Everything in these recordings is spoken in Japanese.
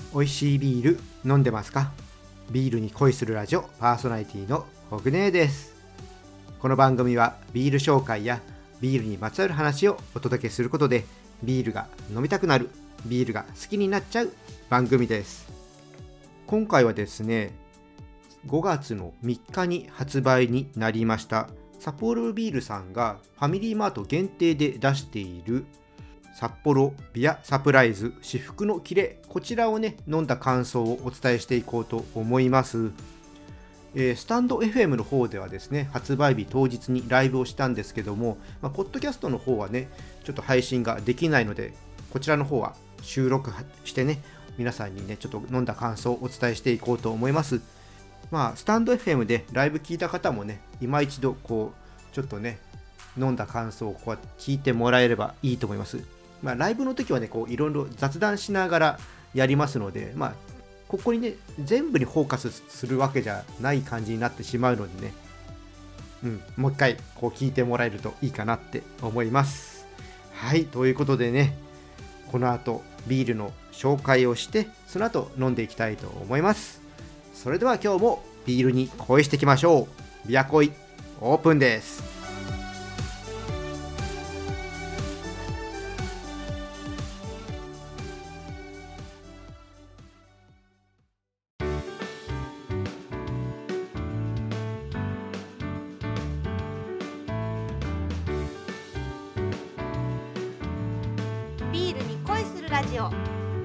美味しいビール飲んでますか？ビールに恋するラジオパーソナリティのホグネーです。この番組はビール紹介やビールにまつわる話をお届けすることで、ビールが飲みたくなる、ビールが好きになっちゃう番組です。今回はですね、5月の3日に発売になりました札幌ビールさんがファミリーマート限定で出している札幌ビアサプライズ至福のキレ、こちらをね飲んだ感想をお伝えしていこうと思います。スタンド FM の方ではですね、発売日当日にライブをしたんですけども、ポッドキャストの方はねちょっと配信ができないので、こちらの方は収録してね、皆さんにねちょっと飲んだ感想をお伝えしていこうと思います。スタンド FM でライブ聞いた方もね、今一度こうちょっとね飲んだ感想をこう聞いてもらえればいいと思います。ライブの時はねこういろいろ雑談しながらやりますので、ここにね全部にフォーカスするわけじゃない感じになってしまうのでね、もう一回こう聞いてもらえるといいかなって思います。はい、ということでね、この後ビールの紹介をして、その後飲んでいきたいと思います。それでは今日もビールに恋していきましょう。ビア恋オープンです。 ビールに恋するラジオ。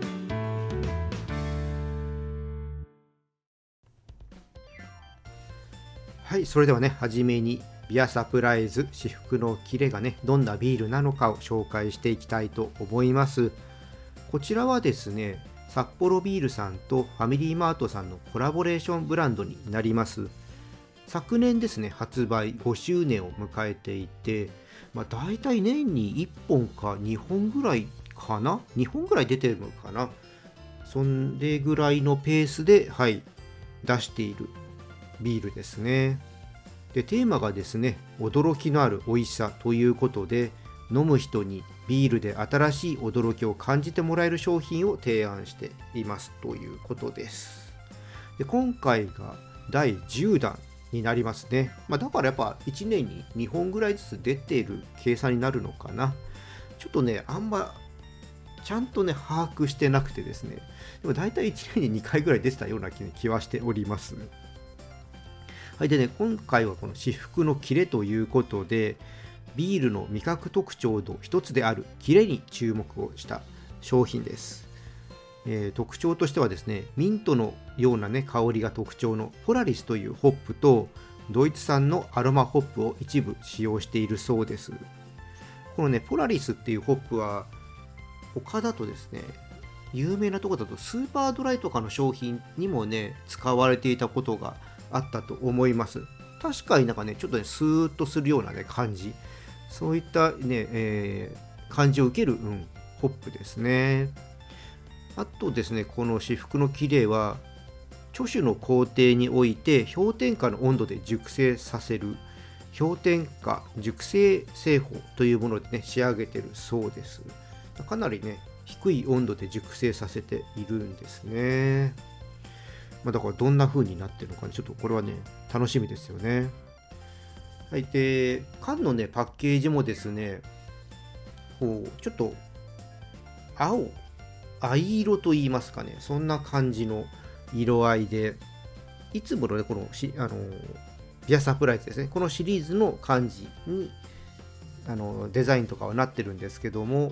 はい、それではね、はじめにビアサプライズ至福のキレがねどんなビールなのかを紹介していきたいと思います。こちらはですね、札幌ビールさんとファミリーマートさんのコラボレーションブランドになります。昨年ですね発売5周年を迎えていて、だいたい年に1本か2本ぐらいかな、2本ぐらい出てるのかな、それぐらいのペースで、出しているビールですね。で、テーマがですね、驚きのある美味しさということで、飲む人にビールで新しい驚きを感じてもらえる商品を提案していますということです。で、今回が第10弾になりますね。だからやっぱ1年に2本ぐらいずつ出ている計算になるのかな。ちょっとね、あんまちゃんとね把握してなくてですね、でも大体1年に2回ぐらい出てたような気はしております。はい、でね、今回はこの至福のキレということで、ビールの味覚特徴の一つであるキレに注目をした商品です。特徴としてはですね、ミントのようなね香りが特徴のポラリスというホップと、ドイツ産のアロマホップを一部使用しているそうです。このねポラリスっていうホップは他だとですね、有名なところだとスーパードライとかの商品にもね使われていたことがあったと思います。確かになんかねちょっとねスーッとするようなね感じ、そういったね、感じを受ける、ホップですね。あとですね、この至福のキレは著種の工程において氷点下の温度で熟成させる氷点下熟成製法というものでね仕上げてるそうです。かなりね低い温度で熟成させているんですね。だからどんな風になってるのか、ちょっとこれはね楽しみですよね。はい、で缶のねパッケージもですね、こうちょっと藍色と言いますかね、そんな感じの色合いで、いつものねこのビアサプライズですね、このシリーズの感じにデザインとかはなってるんですけども、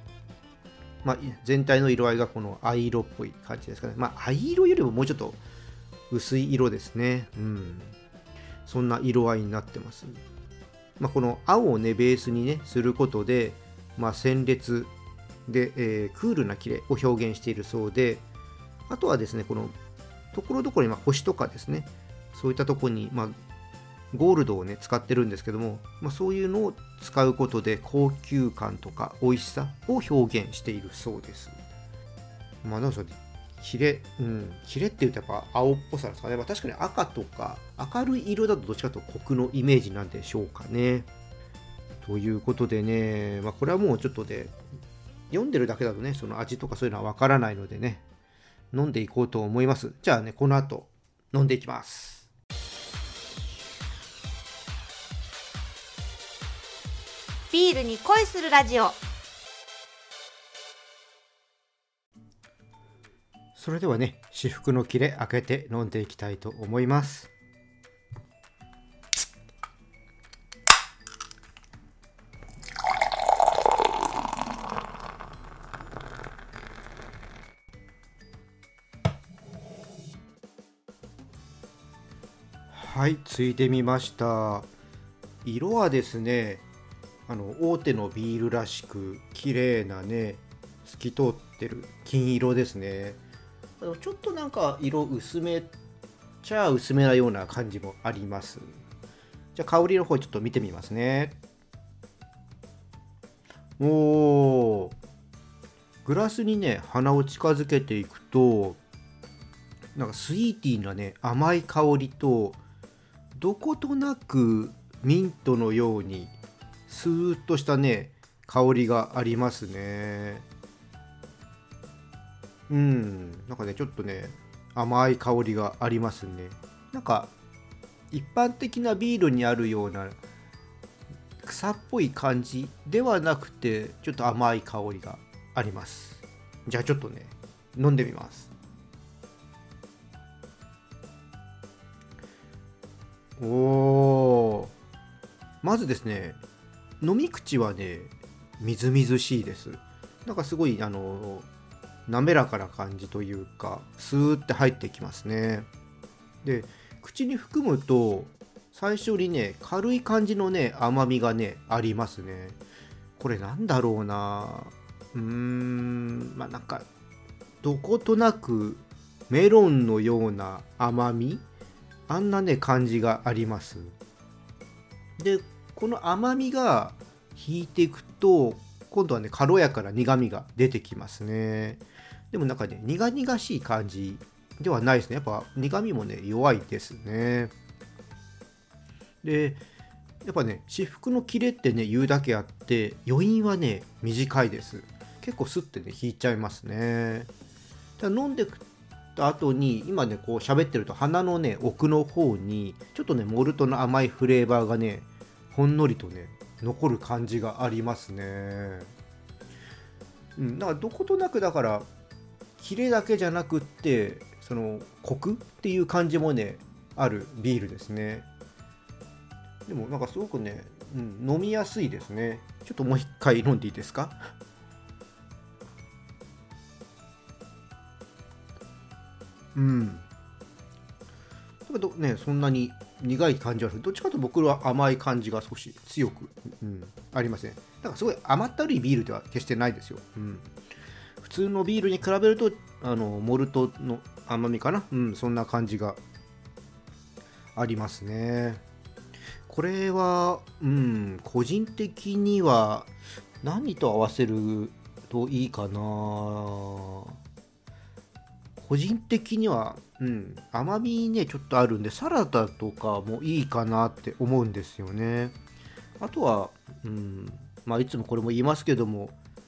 全体の色合いがこの藍色っぽい感じですかね。藍色よりももうちょっと薄い色ですね。そんな色合いになってます。この青をねベースにねすることで、鮮烈で、クールなキレを表現しているそうで、あとはですねこのところどころに星とかですね、そういったところにゴールドをね使ってるんですけども、そういうのを使うことで高級感とか美味しさを表現しているそうです。なんでしょう、キレっていうとやっぱ青っぽさなんですかね。確かに赤とか明るい色だとどっちかというとコクのイメージなんでしょうかね。ということでね、これはもうちょっとで読んでるだけだとね、その味とかそういうのはわからないのでね、 飲んでいこうと思います。じゃあね、この後飲んでいきます。 ビールに恋するラジオ。 それではね、至福の切れ開けて飲んでいきたいと思います。はい、ついてみました。色はですね、大手のビールらしく綺麗なね、透き通ってる金色ですね。ちょっとなんか色薄めちゃ薄めなような感じもあります。じゃあ香りの方ちょっと見てみますね。おー、グラスにね鼻を近づけていくと、なんかスイーティーなね甘い香りと、どことなくミントのようにスーッとしたね香りがありますね。なんかねちょっとね甘い香りがありますね。なんか一般的なビールにあるような草っぽい感じではなくて、ちょっと甘い香りがあります。じゃあちょっとね飲んでみます。おー、まずですね、飲み口はねみずみずしいです。なんかすごい滑らかな感じというか、スーって入ってきますね。で、口に含むと最初にね軽い感じのね甘みがねありますね。これなんだろうな、まあなんかどことなくメロンのような甘み、あんなね感じがあります。で、この甘みが引いていくと、今度はね軽やかな苦みが出てきますね。でもなんかね苦々しい感じではないですね。やっぱ苦みもね弱いですね。で、やっぱね至福の切れってね言うだけあって、余韻はね短いです。結構スッてね引いちゃいますね。ただ飲んでた後に、今ねこう喋ってると鼻のね奥の方にちょっとねモルトの甘いフレーバーがねほんのりとね残る感じがありますね。だからどことなく、だからキレだけじゃなくって、そのコクっていう感じもねあるビールですね。でもなんかすごくね、飲みやすいですね。ちょっともう一回飲んでいいですか？そんなに苦い感じはどっちかと僕は甘い感じが少し強く、ありません。だからすごい甘ったるいビールでは決してないですよ。普通のビールに比べるとモルトの甘みかな、そんな感じがありますね。これは、個人的には何と合わせるといいかな。個人的には、甘みねちょっとあるんで、サラダとかもいいかなって思うんですよね。あとは、いつもこれも言いますけども、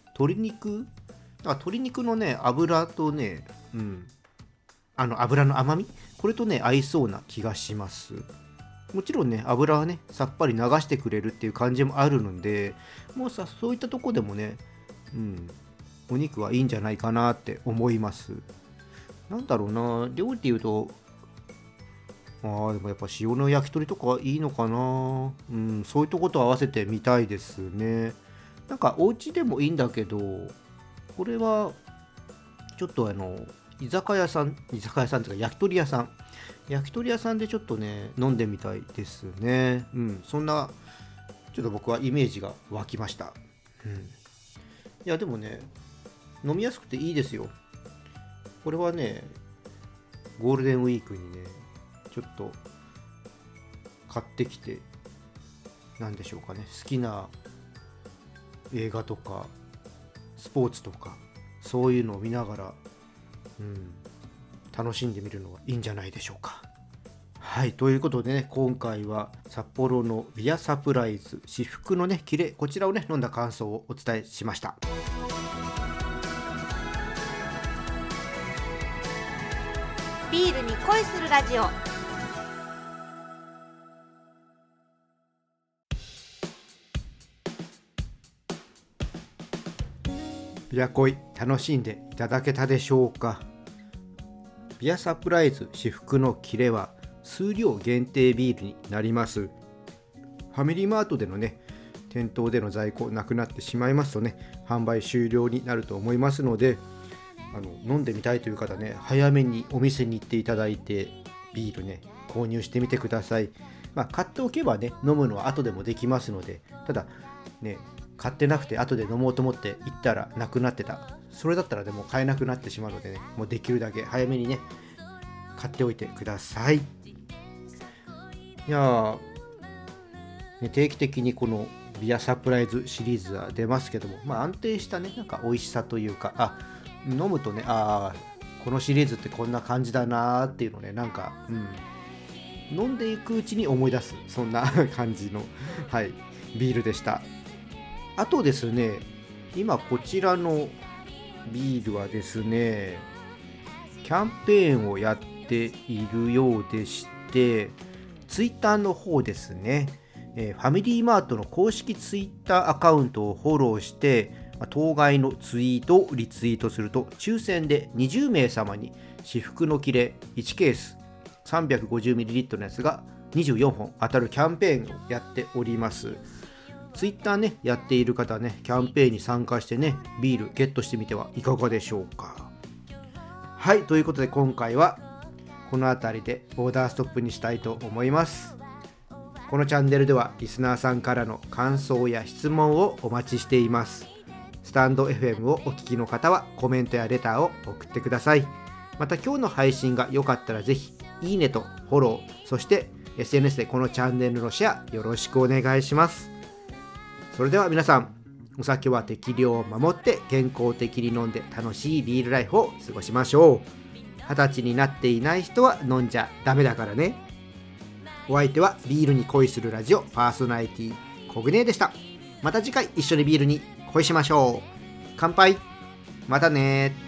鶏肉のね油とね、油の甘み、これとね合いそうな気がします。もちろんね油はねさっぱり流してくれるっていう感じもあるので、もうさそういったとこでもね、お肉はいいんじゃないかなって思います。なんだろうな、料理で言うと、でもやっぱ塩の焼き鳥とかいいのかな。そういうとこと合わせてみたいですね。なんかお家でもいいんだけど、これはちょっと居酒屋さんっていうか焼き鳥屋さんでちょっとね飲んでみたいですね。そんなちょっと僕はイメージが湧きました。いやでもね飲みやすくていいですよ。これはねゴールデンウィークにねちょっと買ってきて、なんでしょうかね、好きな映画とかスポーツとかそういうのを見ながら、楽しんでみるのはいいんじゃないでしょうか。はい、ということでね、今回は札幌のビアサプライズ至福のね切れ、こちらをね飲んだ感想をお伝えしました。 ビールに恋するラジオ。 ビア恋楽しんでいただけたでしょうか。ビアサプライズ至福のキレは数量限定ビールになります。ファミリーマートでのね、店頭での在庫なくなってしまいますとね、販売終了になると思いますので、飲んでみたいという方ね、早めにお店に行っていただいてビールね、購入してみてください。買っておけばね、飲むのは後でもできますので、ただね、買ってなくて後で飲もうと思って行ったらなくなってた、それだったらでも買えなくなってしまうのでね、もうできるだけ早めにね、買っておいてください。いやー、ね、定期的にこのビアサプライズシリーズは出ますけども、安定したね、なんか美味しさというか、飲むとね、このシリーズってこんな感じだなーっていうのね、なんか、飲んでいくうちに思い出す、そんな感じの、ビールでした。あとですね、今こちらのビールはですね、キャンペーンをやっているようでして、ツイッターの方ですね、ファミリーマートの公式ツイッターアカウントをフォローして、当該のツイートをリツイートすると、抽選で20名様に至福の切れ1ケース 350ml のやつが24本当たるキャンペーンをやっております。ツイッターね、やっている方はね、キャンペーンに参加してね、ビールゲットしてみてはいかがでしょうか。はい、ということで今回はこの辺りでオーダーストップにしたいと思います。このチャンネルではリスナーさんからの感想や質問をお待ちしています。スタンド FM をお聞きの方はコメントやレターを送ってください。また今日の配信が良かったらぜひいいねとフォロー、そして SNS でこのチャンネルのシェアよろしくお願いします。それでは皆さん、お酒は適量を守って健康的に飲んで楽しいビールライフを過ごしましょう。20歳になっていない人は飲んじゃダメだからね。お相手はビールに恋するラジオパーソナリティコグネでした。また次回一緒にビールに恋しましょう。乾杯。またね。